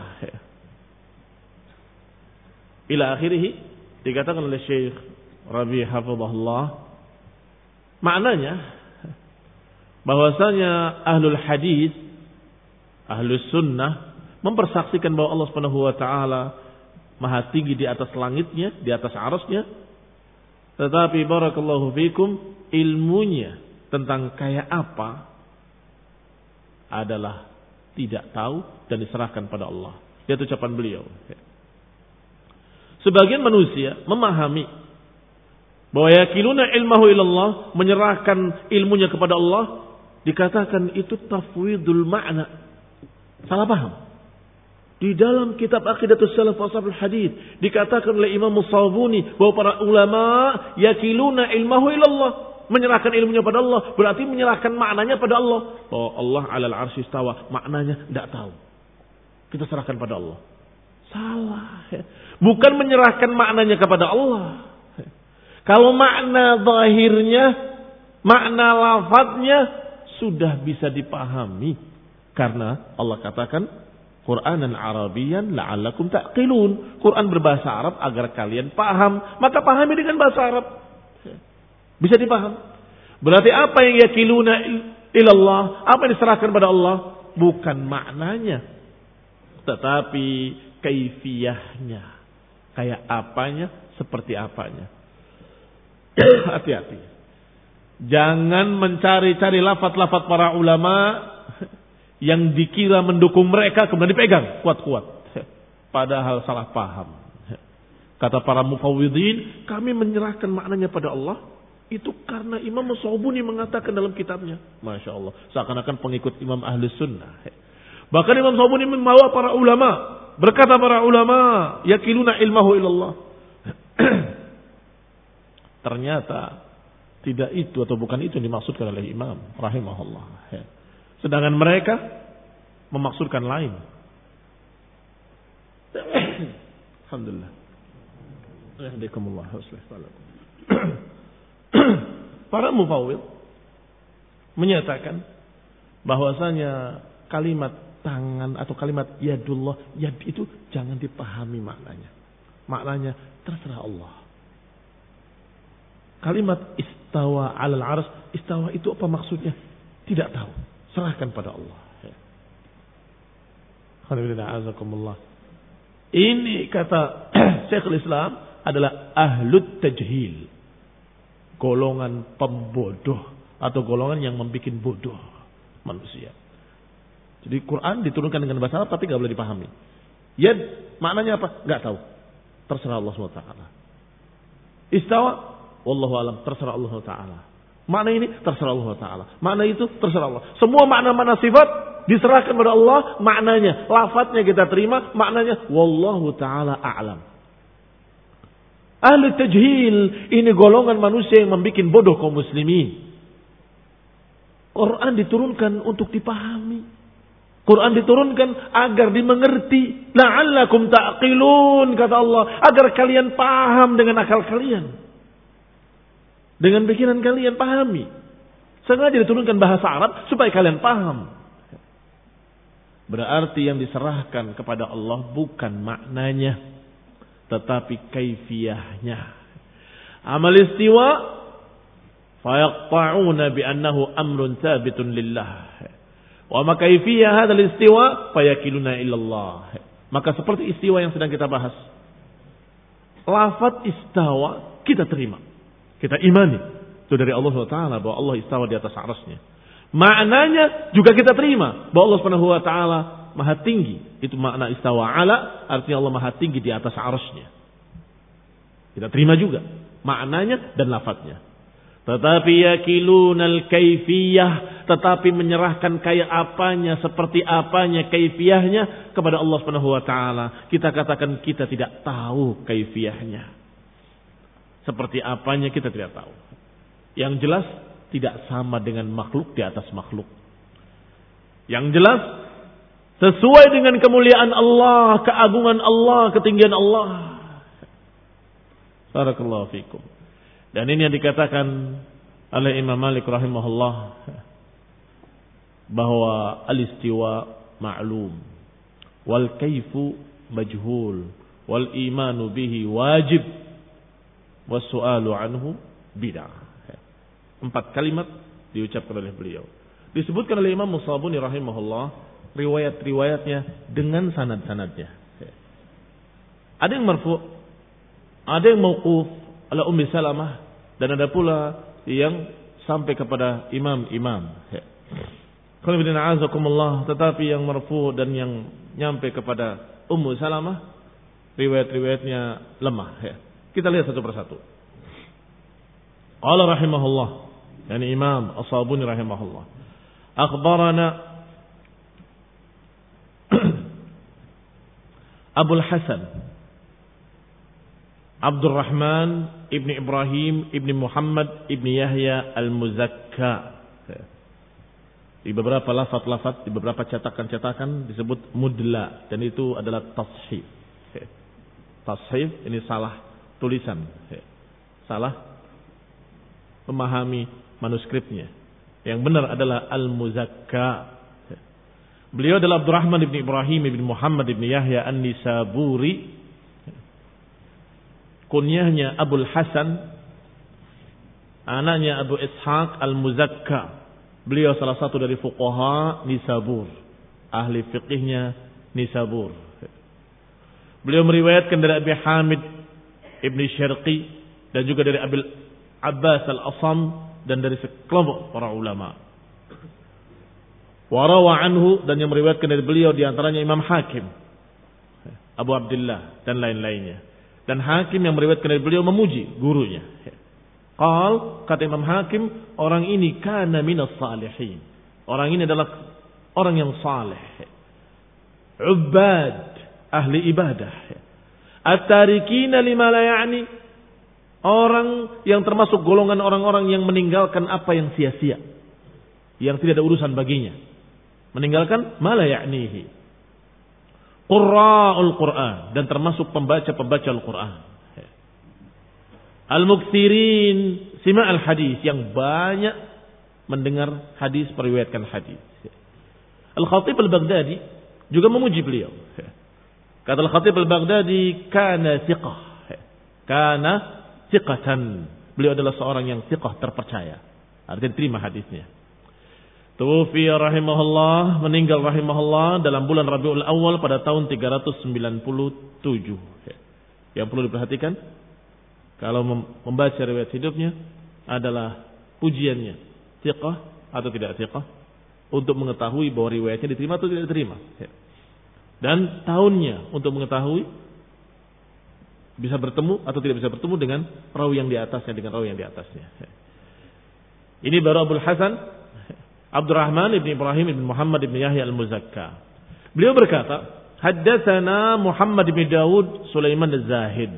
Ila akhirih, dikatakan oleh Syekh Rabi' hafizahullah, maknanya bahwasanya ahlul hadis, ahlus sunnah mempersaksikan bahwa Allah Subhanahu wa taala Maha tinggi di atas langitnya, di atas arasy-Nya. Tetapi barakallahu fikum, ilmunya tentang kayak apa adalah tidak tahu dan diserahkan pada Allah. Itu ucapan beliau. Sebagian manusia memahami bahwa yakiluna ilmahu ilallah, menyerahkan ilmunya kepada Allah, dikatakan itu tafwidul ma'na. Salah paham. Di dalam kitab Aqidatus Salaf wa Ashabul Hadits dikatakan oleh Imam Musawwuni bahwa para ulama yakiluna ilmahu ilallah, menyerahkan ilmunya pada Allah, berarti menyerahkan maknanya pada Allah. Oh, Allah 'alal 'arsy istawa, maknanya tidak tahu. Kita serahkan pada Allah. Salah. Bukan menyerahkan maknanya kepada Allah. Kalau makna zahirnya, makna lafadznya sudah bisa dipahami. Karena Allah katakan, Qur'anan Arabiyan la'allakum ta'qilun. Quran berbahasa Arab agar kalian paham. Maka pahami dengan bahasa Arab. Bisa dipaham. Berarti apa yang yakiluna ilallah, apa yang diserahkan pada Allah? bukan maknanya, tetapi kaifiyahnya. Kayak apanya, seperti apanya. Hati-hati. Jangan mencari-cari lafaz-lafaz para ulama yang dikira mendukung mereka kemudian dipegang kuat-kuat. Padahal salah paham. Kata para mufawwidin, kami menyerahkan maknanya pada Allah itu karena Imam As-Sabuni mengatakan dalam kitabnya. Masya Allah. Seakan-akan pengikut Imam Ahlus Sunnah. Bahkan Imam As-Sabuni membawa para ulama. Berkata para ulama, yakiluna ilmahu ilallah. Ternyata tidak itu atau bukan itu yang dimaksudkan oleh Imam rahimahullah. Sedangkan mereka memaksudkan lain. Alhamdulillah. Alhamdulillah. Para mufawwid menyatakan bahwasanya kalimat tangan atau kalimat yadullah, yad itu jangan dipahami maknanya. Maknanya terserah Allah. Kalimat istawa 'alal 'arsy, istawa itu apa maksudnya? Tidak tahu. Serahkan pada Allah. Alhamdulillah. Ini kata Syekhul Islam adalah ahlut tajhil. Golongan pembodoh atau golongan yang membuat bodoh manusia. Jadi Quran diturunkan dengan bahasa Arab tapi nggak boleh dipahami. Yad maknanya apa? Nggak tahu. Terserah Allah subhanahu wa taala. Istawa, wallahu alam, terserah Allah subhanahu wa taala. Makna ini terserah Allah subhanahu wa taala. Makna itu terserah Allah. Semua makna-makna sifat diserahkan kepada Allah. Maknanya, lafadznya kita terima. Maknanya, wallahu taala a'lam. Ahli tajhil, ini golongan manusia yang membuat bodoh kaum muslimin. Quran diturunkan untuk dipahami. Quran diturunkan agar dimengerti. La'allakum ta'qilun, kata Allah. Agar kalian paham dengan akal kalian. Dengan pikiran kalian pahami. Sengaja diturunkan bahasa Arab supaya kalian paham. Berarti yang diserahkan kepada Allah bukan maknanya, tetapi kaifiyahnya. Amal istiwa fayaqta'una bi'annahu amrun thabitun lillah. Wa ma kaifiyah hadzal istiwa fayakiluna ila Allah. Maka seperti istiwa yang sedang kita bahas. Lafaz istawa kita terima. Kita imani. Itu dari Allah subhanahu wa taala bahwa Allah istawa di atas arasnya. Maknanya juga kita terima bahwa Allah subhanahu wa taala maha tinggi. Itu makna istawa ala, artinya Allah maha tinggi di atas arasnya. Kita terima juga maknanya dan lafadznya. Tetapi yakilunal kaifiyah, tetapi menyerahkan kayak apanya, seperti apanya kaifiyahnya kepada Allah subhanahu wa taala. Kita katakan kita tidak tahu kaifiyahnya. Seperti apanya kita tidak tahu. Yang jelas tidak sama dengan makhluk di atas makhluk. Yang jelas sesuai dengan kemuliaan Allah, keagungan Allah, ketinggian Allah. Barakallahu fikum. Dan ini yang dikatakan oleh Imam Malik rahimahullah bahwa al-istiwa ma'lum wal kaifu majhul wal imanu bihi wajib was su'alu anhu bid'ah. Empat kalimat diucapkan oleh beliau. Disebutkan oleh Imam As-Sabuni rahimahullah riwayat-riwayatnya dengan sanad-sanadnya. Ada yang marfu', ada yang mauquf ala Ummi Salamah, dan ada pula yang sampai kepada imam-imam. Tetapi yang marfu dan yang nyampe kepada Ummu Salamah riwayat-riwayatnya lemah. Kita lihat satu persatu. Qala rahimahullah, yani Imam As-Sabuni rahimahullah, akhbarana Abul Hasan Abdurrahman ibni Ibrahim ibni Muhammad ibni Yahya al-Muzakka. Di beberapa lafaz-lafaz, di beberapa cetakan-cetakan disebut mudla, dan itu adalah tashif. Tashif ini salah tulisan, salah memahami manuskripnya. Yang benar adalah al-Muzakka. Beliau adalah Abdurrahman ibni Ibrahim ibni Muhammad ibni Yahya an-Nisaburi. Kunyahnya Abul Hasan, anaknya Abu Ishaq al-Muzakka. Beliau salah satu dari fuqaha Nisabur. ahli fiqihnya Nisabur. Beliau meriwayatkan dari Abi Hamid Ibn Syarqi dan juga dari Abil Abbas Al-Asam dan dari sekelompok para ulama. Warawa anhu, dan yang meriwayatkan dari beliau diantaranya Imam Hakim, Abu Abdullah dan lain-lainnya. Dan Hakim yang meriwayatkan dari beliau memuji gurunya. Qal, kata Imam Hakim, orang ini kana minas salihin. Orang ini adalah orang yang saleh. Ubbad, ahli ibadah. At-tarikina lima la ya'ni. Orang yang termasuk golongan orang-orang yang meninggalkan apa yang sia-sia, yang tidak ada urusan baginya. Meninggalkan ma la ya'nihi. Qurra'ul Qur'an, dan termasuk pembaca-pembaca Al-Qur'an. Al-muksirin sima al-hadis, yang banyak mendengar hadis, periwayatkan hadis. Al-Khatib Al-Baghdadi juga memuji beliau. Kata Al-Khatib Al-Baghdadi, kana thiqah. Kana thiqatan. Beliau adalah seorang yang thiqah, terpercaya. Artinya terima hadisnya. Tufi rahimahullah, meninggal rahimahullah dalam bulan Rabiul Awal pada tahun tiga ratus sembilan puluh tujuh. Yang perlu diperhatikan kalau membaca riwayat hidupnya adalah pujiannya, thiqah atau tidak thiqah, untuk mengetahui bahwa riwayatnya diterima atau tidak diterima. Dan tahunnya untuk mengetahui bisa bertemu atau tidak bisa bertemu dengan rawi yang di atasnya, dengan rawi yang di atasnya. Ini baru Abul Hasan Abdurrahman ibn Ibrahim ibn Muhammad ibn Yahya al-Muzakka. Beliau berkata, haddatsana Muhammad ibn Dawud Sulaiman az-Zahid.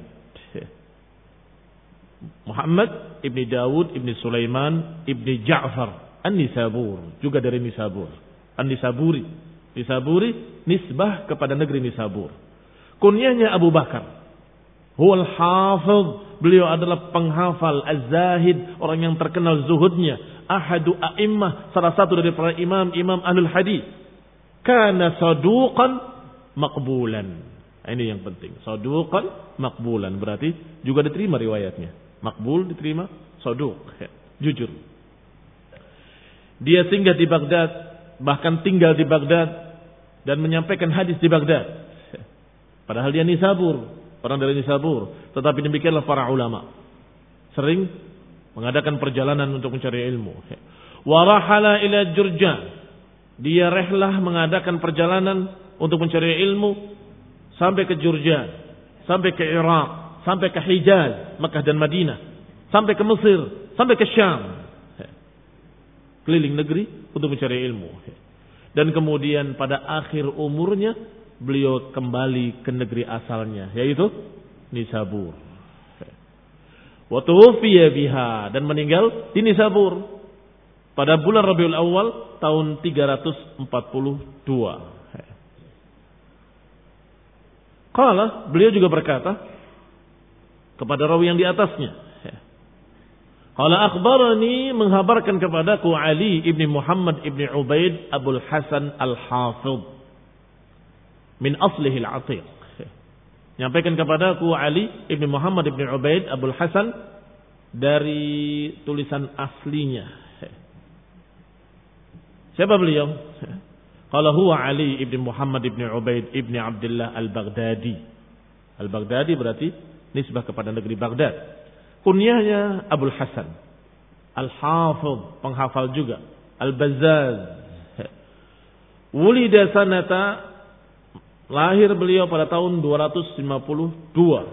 Muhammad ibn Dawud ibn Sulaiman ibn Ja'far An-Nisabur, juga dari Nisabur. An-Nisaburi. Nisaburi nisbah kepada negeri Nisabur. Kunyahnya Abu Bakar. Huwal hafidh, beliau adalah penghafal, az-zahid, orang yang terkenal zuhudnya. Ahadu a'immah, salah satu dari para imam, imam ahlul hadis. Kana saduqan maqbulan. Ini yang penting. Saduqan maqbulan, berarti juga diterima riwayatnya. Maqbul diterima, saduq, jujur. Dia singgah di Baghdad, bahkan tinggal di Baghdad dan menyampaikan hadis di Baghdad. Padahal dia Nisabur, orang dari Nisabur. Tetapi demikianlah para ulama, sering mengadakan perjalanan untuk mencari ilmu. Warahala ila Jurjan, dia rehlah mengadakan perjalanan untuk mencari ilmu sampai ke Jurjan, sampai ke Irak, sampai ke Hijaz, Makkah dan Madinah, sampai ke Mesir, sampai ke Syam. Keliling negeri untuk mencari ilmu. Dan kemudian pada akhir umurnya beliau kembali ke negeri asalnya, yaitu Nisabur. Wa tuwfiya biha, dan meninggal di Nisabur pada bulan Rabiul Awal tahun tiga ratus empat puluh dua. Qala, beliau juga berkata kepada rawi yang di atasnya. Qala akhbarani, menghabarkan kepadaku Ali ibn Muhammad ibn Ubaid Abul Hasan Al-Hafidh min aslihi al-Atiq. Nyampaikan kepadaku Ali ibn Muhammad ibn Ubaid Abul Hasan dari tulisan aslinya. Siapa beliau? Qala huwa Ali ibn Muhammad ibn Ubaid ibn Abdullah Al-Baghdadi. Al-Baghdadi berarti nisbah kepada negeri Baghdad. Kunyahnya Abul Hasan Al-Hafidh, penghafal juga. Al-Bazzaz. Wulida sanata, lahir beliau pada tahun dua ratus lima puluh dua.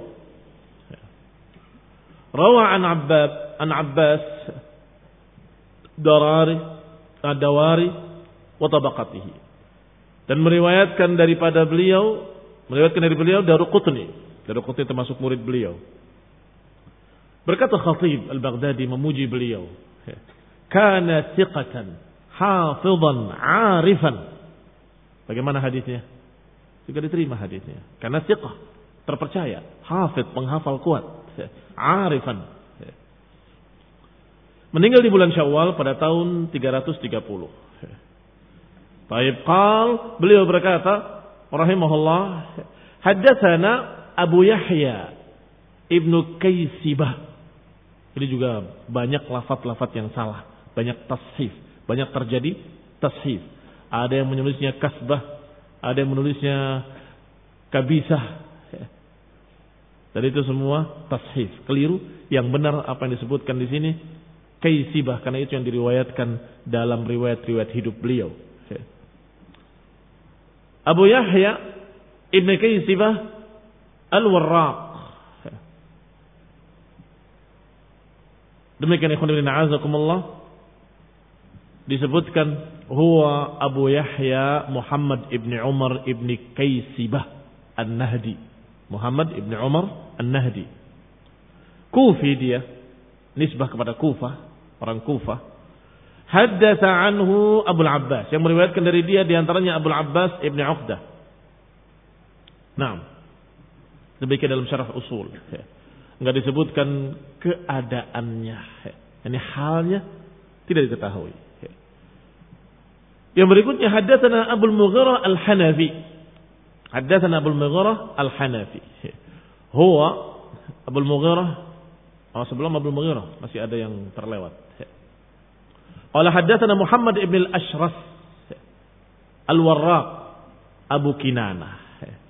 Rawa an Abbab an Abbas Darari Ad-Dawari wa tabaqatihi. Dan meriwayatkan daripada beliau, meriwayatkan dari beliau Daruqutni. Daruqutni termasuk murid beliau. Berkata Khatib Al-Baghdadi memuji beliau. Kana thiqatan hafidhan arifan. Bagaimana hadisnya? Juga diterima hadisnya. Karena thiqah, terpercaya, hafidh, penghafal kuat, arifan. Meninggal di bulan Syawal pada tahun tiga ratus tiga puluh. Taib qal, beliau berkata, rahimahullah, haddatsana Abu Yahya Ibnu Kaisibah. Ini juga banyak lafaz-lafaz yang salah, banyak tashif, banyak terjadi tashif. Ada yang menulisnya kasbah, ada yang menulisnya kabisah. Dan itu semua tashif, keliru. Yang benar apa yang disebutkan di sini kaisibah, karena itu yang diriwayatkan dalam riwayat-riwayat hidup beliau. Abu Yahya Ibn Kaisibah Al-Warraq. Demikian ikhwan fillah a'azakumullah, disebutkan huwa Abu Yahya Muhammad ibn Umar ibn Kaisibah An-Nahdi. Muhammad ibn Umar An-Nahdi. Kufi dia, nisbah kepada Kufah, orang Kufah. Haddatsa anhu Abu Abbas, yang meriwayatkan dari dia diantaranya Abu Abbas ibn Uqdah. Naam. Demikian dalam syarah usul. Enggak disebutkan keadaannya. Ini halnya tidak diketahui. Yang berikutnya haddatsana Abu Mughirah Al-Hanafi. Haddatsana Abu Mughirah Al-Hanafi. Huwa Abu Mughirah. Oh, sebelum Abu Mughirah masih ada yang terlewat. Qala haddatsana Muhammad ibn al-Ashras Al-Warraq Abu Kinanah.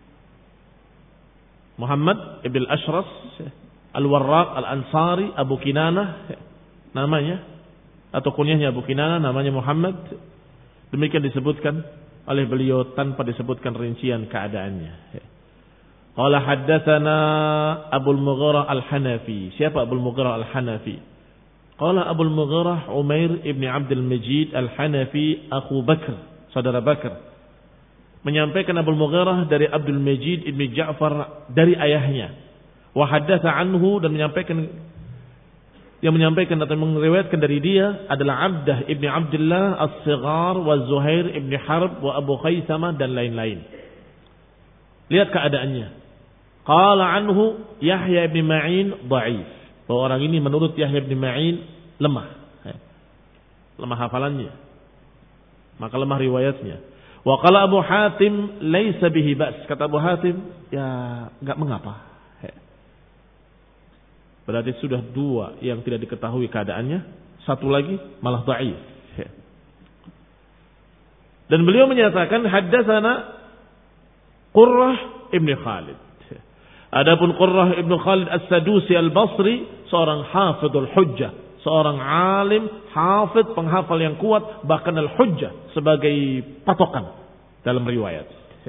Muhammad ibn al-Ashras Al-Warraq Al-Ansari Abu Kinanah namanya, atau kunyahnya Abu Kinanah, namanya Muhammad. Demikian disebutkan oleh beliau tanpa disebutkan rincian keadaannya. Qala haddatsana Abu Mughirah Al-Hanafi. Siapa Abu Mughirah Al-Hanafi? Qala Abu Mughirah Umair ibn Abdul Majid Al-Hanafi akhu Bakr, saudara Bakr. Menyampaikan Abu Mughirah dari Abdul Majid ibn Ja'far dari ayahnya. Wa haddatsa anhu, dan menyampaikan yang menyampaikan atau meriwayatkan dari dia adalah Abdah ibn Abdullah As-Sighar wa Zuhair ibn Harb wa Abu Khaisamah dan lain-lain. Lihat keadaannya. Qala anhu Yahya ibn Ma'in dhaif. Bahwa orang ini menurut Yahya ibn Ma'in lemah. Lemah hafalannya. Maka lemah riwayatnya. Wa qala Abu Hatim laisa bihi ba's. Kata Abu Hatim, ya enggak mengapa. Berarti sudah dua yang tidak diketahui keadaannya, satu lagi malah dhaif. Dan beliau menyatakan haddatsana Qurrah ibn Khalid. Adapun Qurrah ibn Khalid As-Sadusi Al-Basri, seorang hafidhul hujjah, seorang alim, hafidh, penghafal yang kuat, bahkan al-hujjah sebagai patokan dalam riwayat.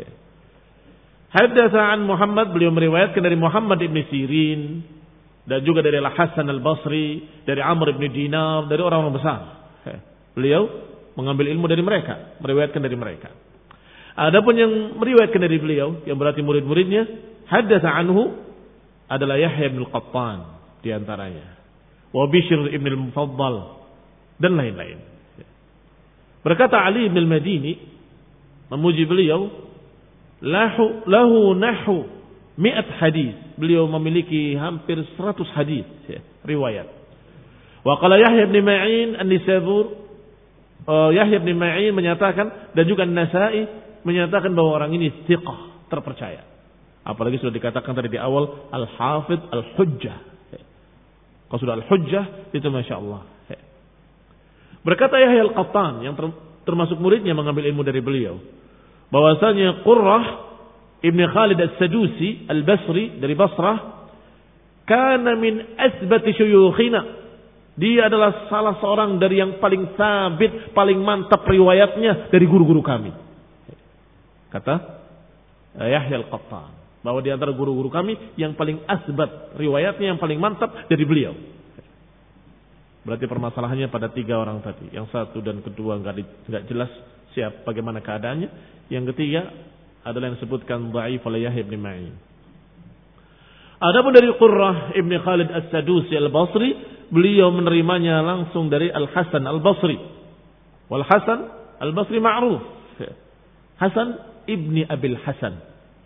Haddatsa an Muhammad, beliau meriwayatkan dari Muhammad ibn Sirin, dan juga dari Al-Hasan Al-Basri, dari Amr ibn Dinar, dari orang-orang besar. Beliau mengambil ilmu dari mereka, meriwayatkan dari mereka. Adapun yang meriwayatkan dari beliau, yang berarti murid-muridnya, haddatsa anhu adalah Yahya bin Al-Qattan di antaranya, wa Bishr ibn Al-Mufaddal dan lain-lain. Berkata Ali bin Al-Madini memuji beliau, lahu lahu nahu mi'at hadis. Beliau memiliki hampir seratus hadis ya, riwayat. Wa qala Yahya bin Ma'in An-Nisabur, uh, Yahya bin Ma'in menyatakan, dan juga An-Nasa'i menyatakan bahwa orang ini thiqah, terpercaya. Apalagi sudah dikatakan tadi di awal al-hafidh al-hujjah. Kalau sudah al-hujjah itu Masya Allah. Berkata Yahya Al-Qattan yang termasuk muridnya mengambil ilmu dari beliau, bahwasanya Qurrah Ibn Khalid As-Sadusi Al-Basri dari Basrah, kana min asbati syuyukhina. Dia adalah salah seorang dari yang paling sabit, paling mantap riwayatnya dari guru-guru kami. Kata Yahya Al-Qattan, bahwa di antara guru-guru kami yang paling asbat riwayatnya, yang paling mantap dari beliau. Berarti permasalahannya pada tiga orang tadi. Yang satu dan kedua enggak jelas siap bagaimana keadaannya. Yang ketiga adalah yang disebutkan dhaif oleh Yahya bin Ma'in. Adapun dari Qurrah Ibn Khalid As-Sadusi Al-Basri, beliau menerimanya langsung dari Al-Hasan Al-Basri. Wal Hasan Al-Basri ma'ruf. Hasan ibni Abil Hasan.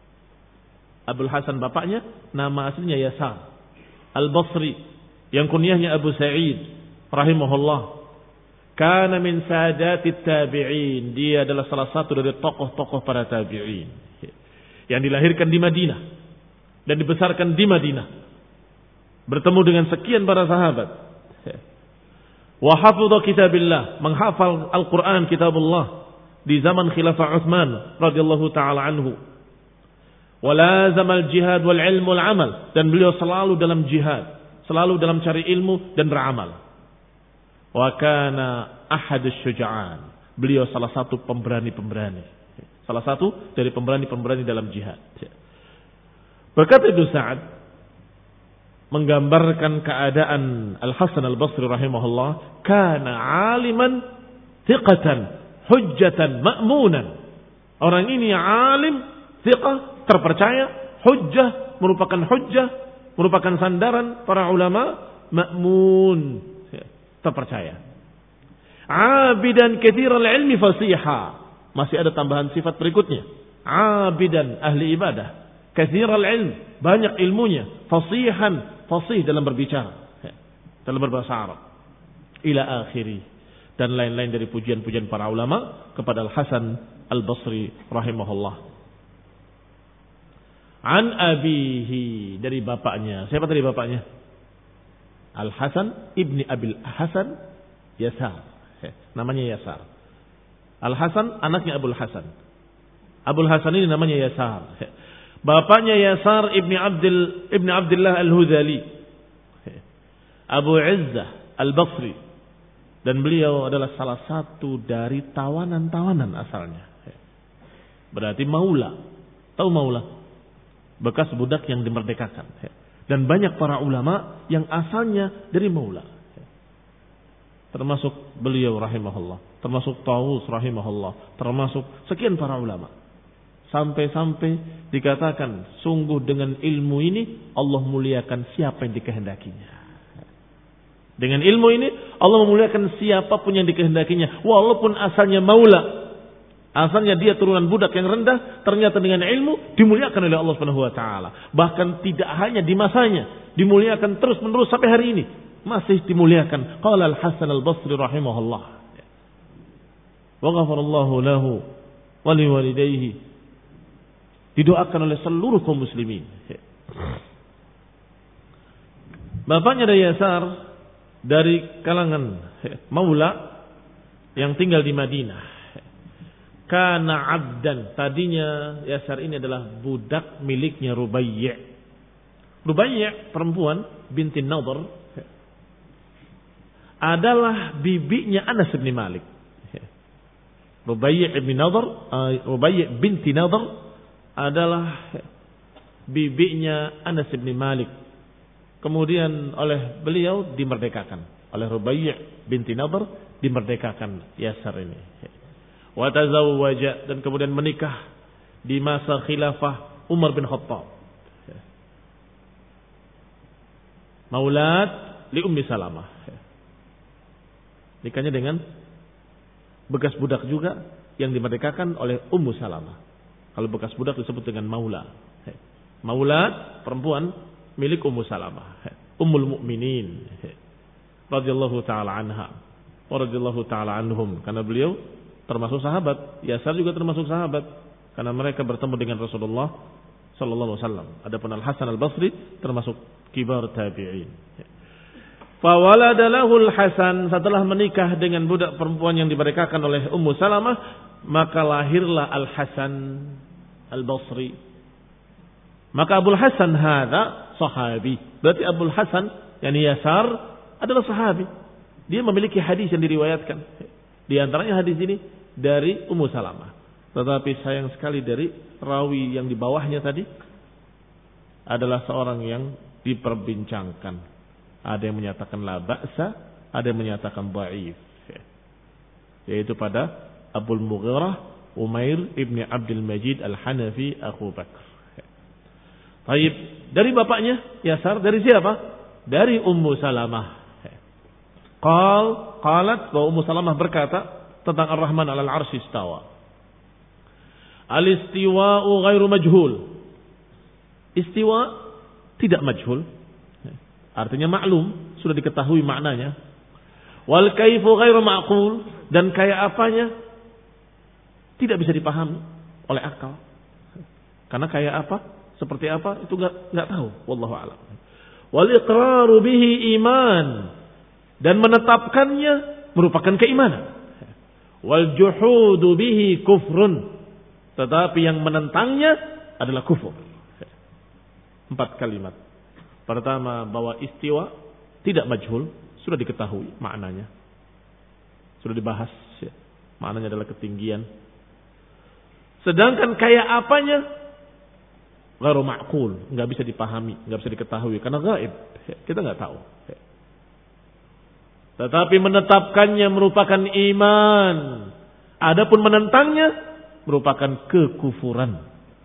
Abul Hasan bapaknya, nama aslinya Yasar Al-Basri, yang kunyahnya Abu Sa'id rahimahullah. Kana min sadatit tabi'in. Dia adalah salah satu dari tokoh-tokoh para tabi'in yang dilahirkan di Madinah dan dibesarkan di Madinah, bertemu dengan sekian para sahabat. Wa hafidha kitabillah, menghafal Al-Quran kitabullah. di zaman khilafah Utsman radhiyallahu taala anhu. Walazamal jihad wal ilm wal amal, dan beliau selalu dalam jihad, selalu dalam cari ilmu dan beramal. Wa kana ahadus syuja'an, beliau salah satu pemberani-pemberani, salah satu dari pemberani-pemberani dalam jihad. Berkata Ibnu Sa'ad menggambarkan keadaan Al-Hasan Al-Basri rahimahullah, kana aliman thiqatan hujjatan ma'munan. Orang ini alim, thiqah, terpercaya, hujjah, merupakan hujjah, merupakan sandaran para ulama, ma'mun, terpercaya. Abidan katsiral ilmi fasiha. Masih ada tambahan sifat berikutnya. Abidan, ahli ibadah, katsiral ilm, banyak ilmunya, fasihan, fasih dalam berbicara, dalam berbahasa Arab. Ila akhiri, dan lain-lain dari pujian-pujian para ulama kepada Al-Hasan Al-Basri rahimahullah. An abihi, dari bapaknya. Siapa tadi bapaknya? Al-Hasan ibni Abil Hasan Yasar. Namanya Yasar. Al-Hasan anaknya Abul Hasan. Abul Hasan ini namanya Yasar. Bapaknya Yasar ibni Abdul ibni Abdullah Al-Hudhali, Abu Izzah Al-Basri, dan beliau adalah salah satu dari tawanan-tawanan asalnya. Berarti maula. Tahu maula? Bekas budak yang dimerdekakan. Dan banyak para ulama yang asalnya dari maula. Termasuk beliau rahimahullah, termasuk Tawus rahimahullah, termasuk sekian para ulama. Sampai-sampai dikatakan, sungguh dengan ilmu ini Allah muliakan siapa yang dikehendakinya. Dengan ilmu ini Allah memuliakan siapapun yang dikehendakinya, walaupun asalnya maula. Asalnya dia turunan budak yang rendah, ternyata dengan ilmu dimuliakan oleh Allah Subhanahu wa taala. Bahkan tidak hanya di masanya, dimuliakan terus-menerus sampai hari ini. Masih dimuliakan. Qala Al-Hasan Al-Basri rahimahullah. Wa ghafarallahu lahu wa liwalidayhi. Didoakan oleh seluruh kaum muslimin. Bapaknya dari Yasar, dari kalangan maula yang tinggal di Madinah. Kana abdan, tadinya Yasar ini adalah budak miliknya Rubayy'. Rubayy' perempuan binti Nadhr adalah bibinya Anas bin Malik. Rubayy' bin Nadhr, Rubayy' binti Nadhr adalah bibinya Anas bin Malik. Kemudian oleh beliau dimerdekakan. Oleh Rubayy' binti Nadhr dimerdekakan Yasar ini. Wa tazawwaja, dan kemudian menikah di masa khilafah Umar bin Khattab. Maulad li Ummi Salamah. Nikahnya dengan bekas budak juga yang dimerdekakan oleh Ummu Salamah. Kalau bekas budak disebut dengan maula. Maulad perempuan milik Ummu Salamah, Ummul Mukminin radhiyallahu taala anha wa radhiyallahu taala anhum, karena beliau termasuk sahabat. Yasar juga termasuk sahabat karena mereka bertemu dengan Rasulullah sallallahu alaihi wasallam. Adapun Al-Hasan Al-Basri termasuk kibar tabi'in. Fa walada lahu Al-Hasan, setelah menikah dengan budak perempuan yang dimerdekakan oleh Ummu Salamah, maka lahirlah Al-Hasan Al-Basri. Maka Abul Hasan hadza sahabi. Berarti Abul Hasan yakni Yasar adalah sahabi. Dia memiliki hadis yang diriwayatkan. Di antaranya hadis ini dari Ummu Salamah. Tetapi sayang sekali dari rawi yang di bawahnya tadi adalah seorang yang diperbincangkan. Ada yang menyatakan la ba'sa, ada yang menyatakan dhaif. Yaitu pada Abul Mughirah Umair ibni Abdul Majid Al-Hanafi Abu Bakr. Baik, dari bapaknya Yasar, dari siapa? Dari Ummu Salamah. Qal, qalat, bahwa Ummu Salamah berkata tentang Ar-Rahman 'alal 'arsy istawa. Al-istiwa'u ghairu majhul. Istiwa tidak majhul. Artinya maklum, sudah diketahui maknanya. Wal kaifu ghairu ma'qul, dan kayak apanya tidak bisa dipahami oleh akal. Karena kayak apa, seperti apa itu enggak enggak tahu, wallahu a'lam. Wal iqraru bihi iman, dan menetapkannya merupakan keimanan. wal juhudu bihi kufrun. Tetapi yang menentangnya adalah kufur. Empat kalimat. Pertama, bahwa istiwa tidak majhul, sudah diketahui maknanya. Sudah dibahas ya. Maknanya adalah ketinggian. Sedangkan kayak apanya ghairu ma'qul, enggak bisa dipahami, enggak bisa diketahui karena gaib. Kita enggak tahu. Tetapi menetapkannya merupakan iman. Adapun menentangnya merupakan kekufuran.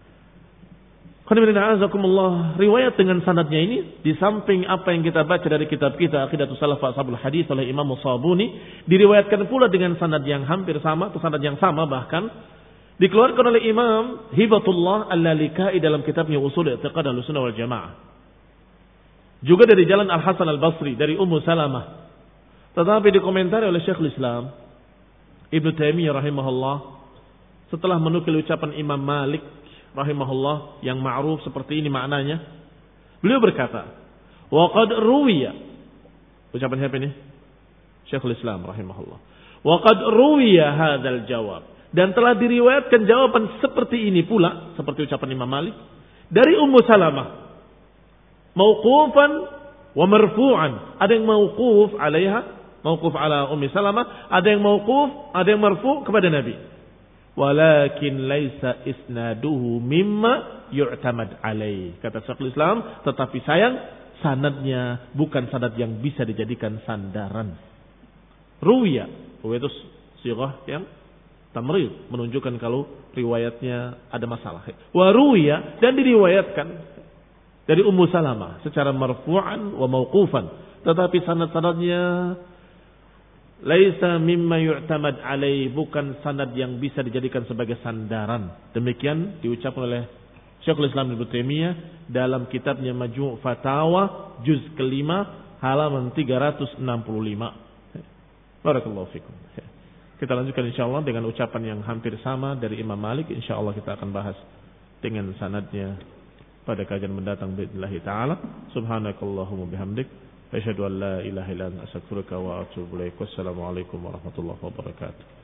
Riwayat dengan sanadnya ini di samping apa yang kita baca dari kitab kita Aqidatus Salaf Ashabul Hadis oleh Imam Sabuni, diriwayatkan pula dengan sanad yang hampir sama atau sanad yang sama bahkan dikeluarkan oleh Imam Hibatullah Al-Lalikai dalam kitabnya Ushul I'tiqad Ahlussunnah wal Jamaah. Juga dari jalan Al-Hasan Al-Basri dari Ummu Salamah. Tetapi dikomentari oleh Syekhul Islam Ibnu Taimiyah rahimahullah setelah menukil ucapan Imam Malik rahimahullah yang ma'ruf seperti ini maknanya, beliau berkata, wa qad ruwiya, ucapan siapa ini? Syekhul Islam rahimahullah. Wa qad ruwiya hadzal jawab, dan telah diriwayatkan jawaban seperti ini pula, seperti ucapan Imam Malik dari Ummu Salamah, mauqufan wa marfu'an. Ada yang mauquf alaiha, mauquf ala Ummi Salamah, ada yang mauquf, ada yang marfu' kepada Nabi. Walakin laisa isnaduhu mimma yu'tamad alaih. Kata Syekhul Islam, tetapi sayang sanadnya bukan sanad yang bisa dijadikan sandaran. Ruwiya, ruwiya itu sighah yang tamrid, menunjukkan kalau riwayatnya ada masalah. Wa ruwiya, dan diriwayatkan dari Ummu Salamah secara marfu'an wa mauqufan, tetapi sanad-sanadnya laisa mimma yu'tamad alaih, bukan sanad yang bisa dijadikan sebagai sandaran. Demikian diucapkan oleh Syekhul Islam Ibnu Taimiyah dalam kitabnya Majmu' Fatawa juz kelima halaman tiga ratus enam puluh lima. Barakallahu fikum. Kita lanjutkan insyaallah dengan ucapan yang hampir sama dari Imam Malik. Insyaallah kita akan bahas dengan sanadnya pada kajian mendatang billahi taala. Subhanakallahumma bihamdik, asyhadu an la ilaha illa anta astaghfiruka wa atubu ilaik. Wassalamu alaikum warahmatullahi wabarakatuh.